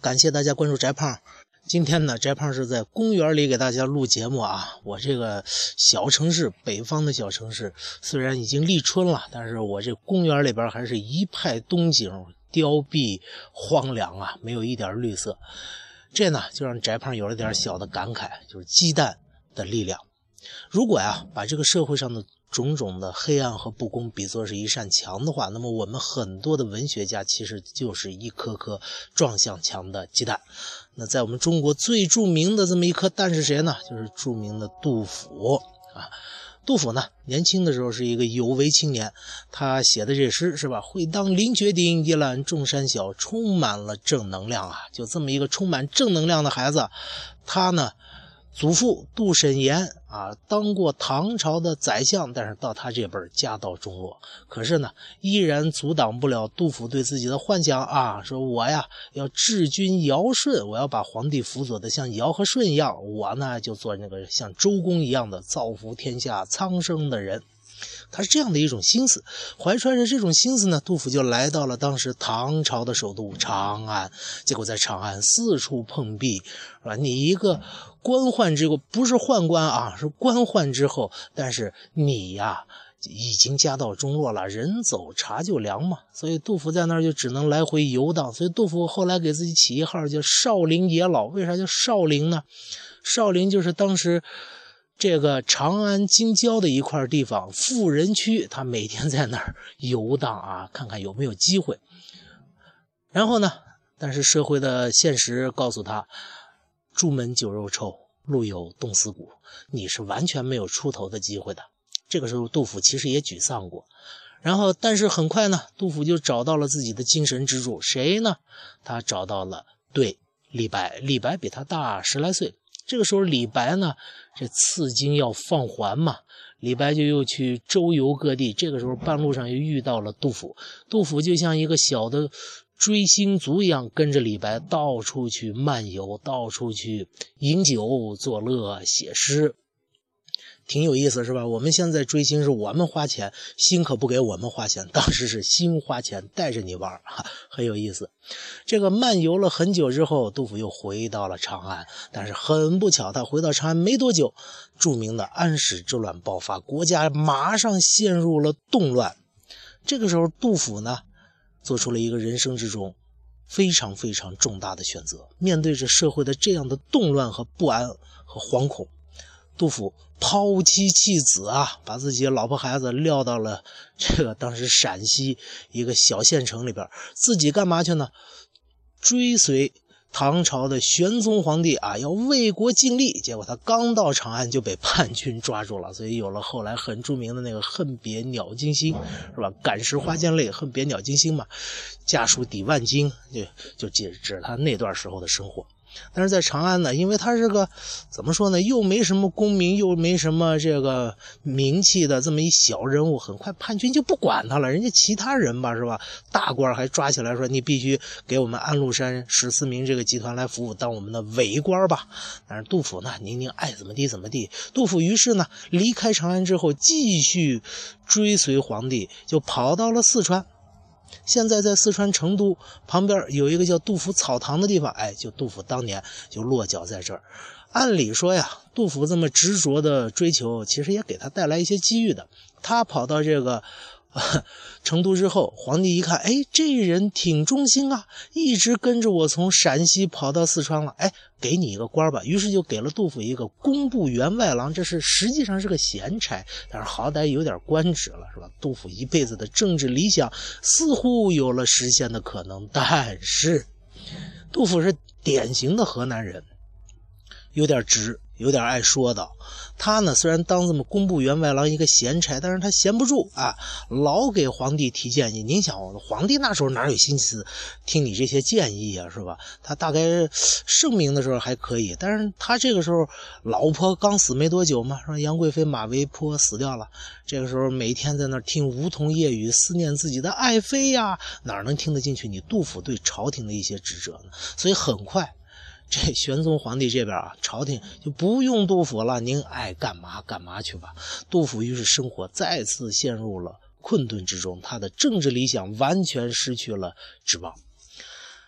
感谢大家关注翟胖。今天呢，翟胖是在公园里给大家录节目啊。我这个小城市，北方的小城市，虽然已经立春了，但是我这公园里边还是一派冬景，凋敝荒凉啊，没有一点绿色。这呢，就让翟胖有了点小的感慨，就是鸡蛋的力量。如果把这个社会上的种种的黑暗和不公比作是一扇墙的话，那么我们很多的文学家其实就是一颗颗撞向墙的鸡蛋。那在我们中国最著名的这么一颗蛋是谁呢？就是著名的杜甫啊。杜甫呢，年轻的时候是一个有为青年，他写的这诗是吧？会当凌绝顶，一览众山小，充满了正能量啊！就这么一个充满正能量的孩子，他呢，祖父杜审言当过唐朝的宰相，但是到他这辈家道中落。可是呢，依然阻挡不了杜甫对自己的幻想说我要治君尧舜，我要把皇帝辅佐的像尧和舜一样，我呢就做那个像周公一样的造福天下苍生的人。他是这样的一种心思，怀揣着这种心思呢，杜甫就来到了当时唐朝的首都长安。结果在长安四处碰壁，是吧？你一个官宦之后，不是宦官是官宦之后，但是你已经家道中落了，人走茶就凉嘛。所以杜甫在那儿就只能来回游荡。所以杜甫后来给自己起一号叫少陵野老。为啥叫少陵呢？少陵就是当时这个长安京郊的一块地方，富人区，他每天在那儿游荡看看有没有机会。然后呢，但是社会的现实告诉他，朱门酒肉臭，路有冻死骨，你是完全没有出头的机会的。这个时候杜甫其实也沮丧过。然后但是很快呢，杜甫就找到了自己的精神支柱，谁呢？他找到了李白。李白比他大10来岁。这个时候李白呢，这赐金要放还嘛，李白就又去周游各地。这个时候半路上又遇到了杜甫，杜甫就像一个小的追星族一样，跟着李白到处去漫游，到处去饮酒作乐，写诗，挺有意思是吧？我们现在追星是我们花钱，星可不给我们花钱，当时是星花钱带着你玩很有意思。这个漫游了很久之后，杜甫又回到了长安，但是很不巧，他回到长安没多久，著名的安史之乱爆发，国家马上陷入了动乱。这个时候杜甫呢，做出了一个人生之中非常非常重大的选择。面对着社会的这样的动乱和不安和惶恐，杜甫抛妻弃子把自己的老婆孩子撂到了这个当时陕西一个小县城里边，自己干嘛去呢？追随唐朝的玄宗皇帝要为国尽力。结果他刚到长安就被叛军抓住了，所以有了后来很著名的那个恨别鸟惊心，是吧？感时花溅泪，恨别鸟惊心嘛，家书抵万金，就指他那段时候的生活。但是在长安呢，因为他是个怎么说呢，又没什么功名，又没什么这个名气的这么一小人物，很快叛军就不管他了。人家其他人吧，是吧？大官还抓起来说，你必须给我们安禄山14名这个集团来服务，当我们的伪官吧。但是杜甫呢，您爱怎么地怎么地。杜甫于是呢，离开长安之后，继续追随皇帝，就跑到了四川。现在在四川成都旁边有一个叫杜甫草堂的地方，就杜甫当年就落脚在这儿。按理说杜甫这么执着的追求，其实也给他带来一些机遇的。他跑到这个成都之后，皇帝一看，这人挺忠心一直跟着我从陕西跑到四川了，给你一个官吧。于是就给了杜甫一个工部员外郎，这是实际上是个闲差，但是好歹有点官职了，是吧？杜甫一辈子的政治理想似乎有了实现的可能，但是杜甫是典型的河南人，有点直，有点爱说道。他呢，虽然当这么工部员外郎一个闲差，但是他闲不住老给皇帝提建议。您想，皇帝那时候哪有心思听你这些建议是吧？他大概盛名的时候还可以，但是他这个时候老婆刚死没多久嘛，说杨贵妃马嵬坡死掉了，这个时候每天在那听梧桐夜雨，思念自己的爱妃哪能听得进去你杜甫对朝廷的一些职责呢？所以很快这玄宗皇帝这边朝廷就不用杜甫了，您爱干嘛干嘛去吧。杜甫于是生活再次陷入了困顿之中，他的政治理想完全失去了指望。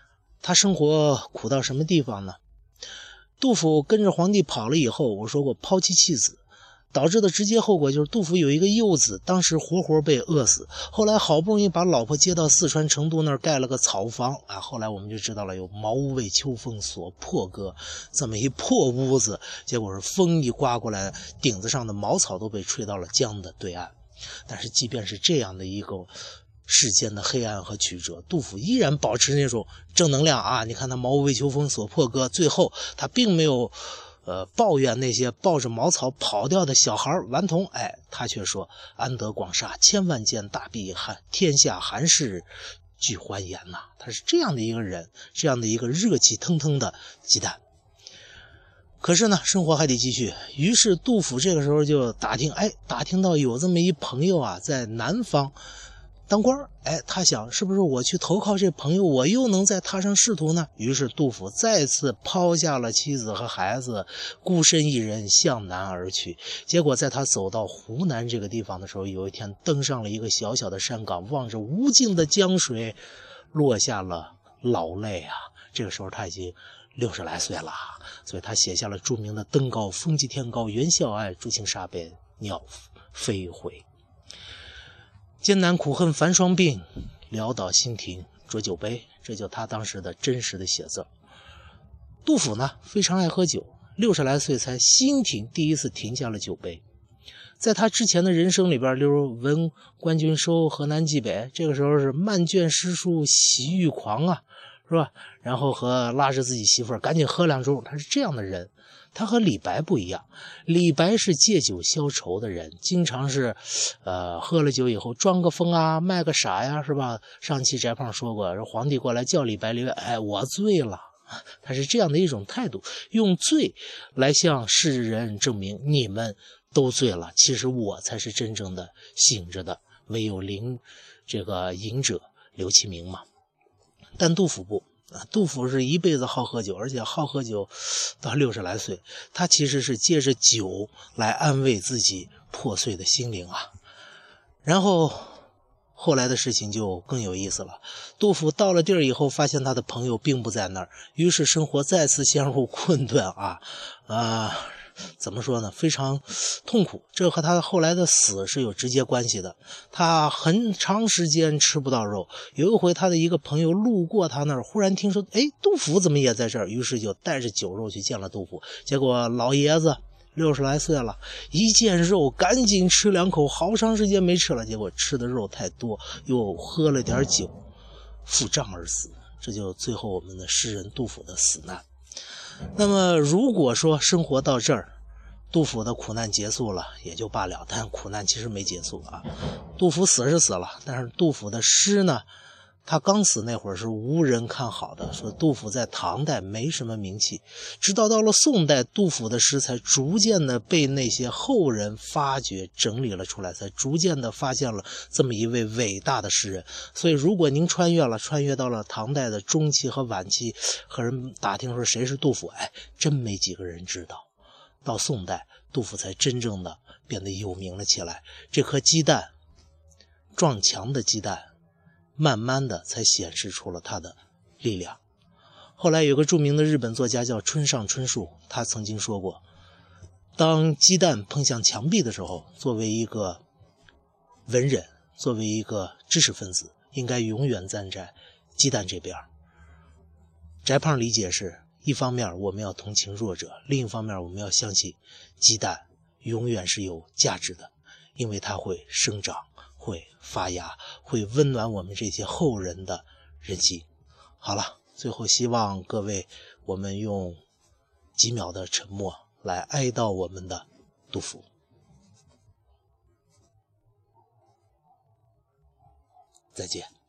他生活苦到什么地方呢？杜甫跟着皇帝跑了以后，我说过抛妻弃子，导致的直接后果就是杜甫有一个幼子，当时活活被饿死。后来好不容易把老婆接到四川成都那儿盖了个草房啊，后来我们就知道了有茅屋为秋风所破歌这么一破屋子，结果是风一刮过来，顶子上的茅草都被吹到了江的对岸。但是即便是这样的一个世间的黑暗和曲折，杜甫依然保持那种正能量啊！你看他茅屋为秋风所破歌，最后他并没有抱怨那些抱着茅草跑掉的小孩顽童，他却说安得广厦千万间，大庇天下寒士俱欢颜呐。他是这样的一个人，这样的一个热气腾腾的鸡蛋。可是呢，生活还得继续。于是杜甫这个时候就打听到有这么一朋友啊，在南方当官，他想是不是我去投靠这朋友，我又能再踏上仕途呢？于是杜甫再次抛下了妻子和孩子，孤身一人向南而去。结果在他走到湖南这个地方的时候，有一天登上了一个小小的山岗，望着无尽的江水，落下了老泪啊。这个时候他已经60来岁了，所以他写下了著名的登高风急天高猿啸哀，渚清沙边鸟飞回。艰难苦恨繁霜鬓，潦倒新停浊酒杯，这就他当时的真实的写字。杜甫呢非常爱喝酒，60来岁才新停，第一次停下了酒杯。在他之前的人生里边，例如闻官军收，河南冀北，这个时候是漫卷诗书喜欲狂啊，是吧？然后拉着自己媳妇儿赶紧喝2盅，他是这样的人。他和李白不一样，李白是借酒消愁的人，经常是喝了酒以后装个疯啊，卖个傻呀，是吧？上期翟胖说过，皇帝过来叫李白，我醉了。他是这样的一种态度，用醉来向世人证明你们都醉了，其实我才是真正的醒着的，唯有这个饮者留其名嘛。但杜甫不，杜甫是一辈子好喝酒，而且好喝酒到60来岁，他其实是借着酒来安慰自己破碎的心灵啊。然后后来的事情就更有意思了，杜甫到了地儿以后，发现他的朋友并不在那儿，于是生活再次陷入困顿怎么说呢，非常痛苦。这和他后来的死是有直接关系的。他很长时间吃不到肉，有一回他的一个朋友路过他那儿，忽然听说杜甫怎么也在这儿，于是就带着酒肉去见了杜甫。结果老爷子60来岁了，一见肉赶紧吃2口，好长时间没吃了，结果吃的肉太多，又喝了点酒，腹胀而死。这就最后我们的诗人杜甫的死难。那么如果说生活到这儿，杜甫的苦难结束了也就罢了，但苦难其实没结束啊。杜甫死是死了，但是杜甫的诗呢，他刚死那会儿是无人看好的，说杜甫在唐代没什么名气，直到了宋代，杜甫的诗才逐渐的被那些后人发掘整理了出来，才逐渐的发现了这么一位伟大的诗人。所以如果您穿越到了唐代的中期和晚期，和人打听说谁是杜甫，真没几个人知道。到宋代，杜甫才真正的变得有名了起来。这颗鸡蛋，撞墙的鸡蛋，慢慢的才显示出了他的力量。后来有个著名的日本作家叫村上春树，他曾经说过，当鸡蛋碰向墙壁的时候，作为一个文人，作为一个知识分子，应该永远站在鸡蛋这边。翟胖理解是，一方面我们要同情弱者，另一方面我们要相信鸡蛋永远是有价值的，因为它会生长，会发芽，会温暖我们这些后人的人心。好了，最后希望各位，我们用几秒的沉默来哀悼我们的杜甫。再见。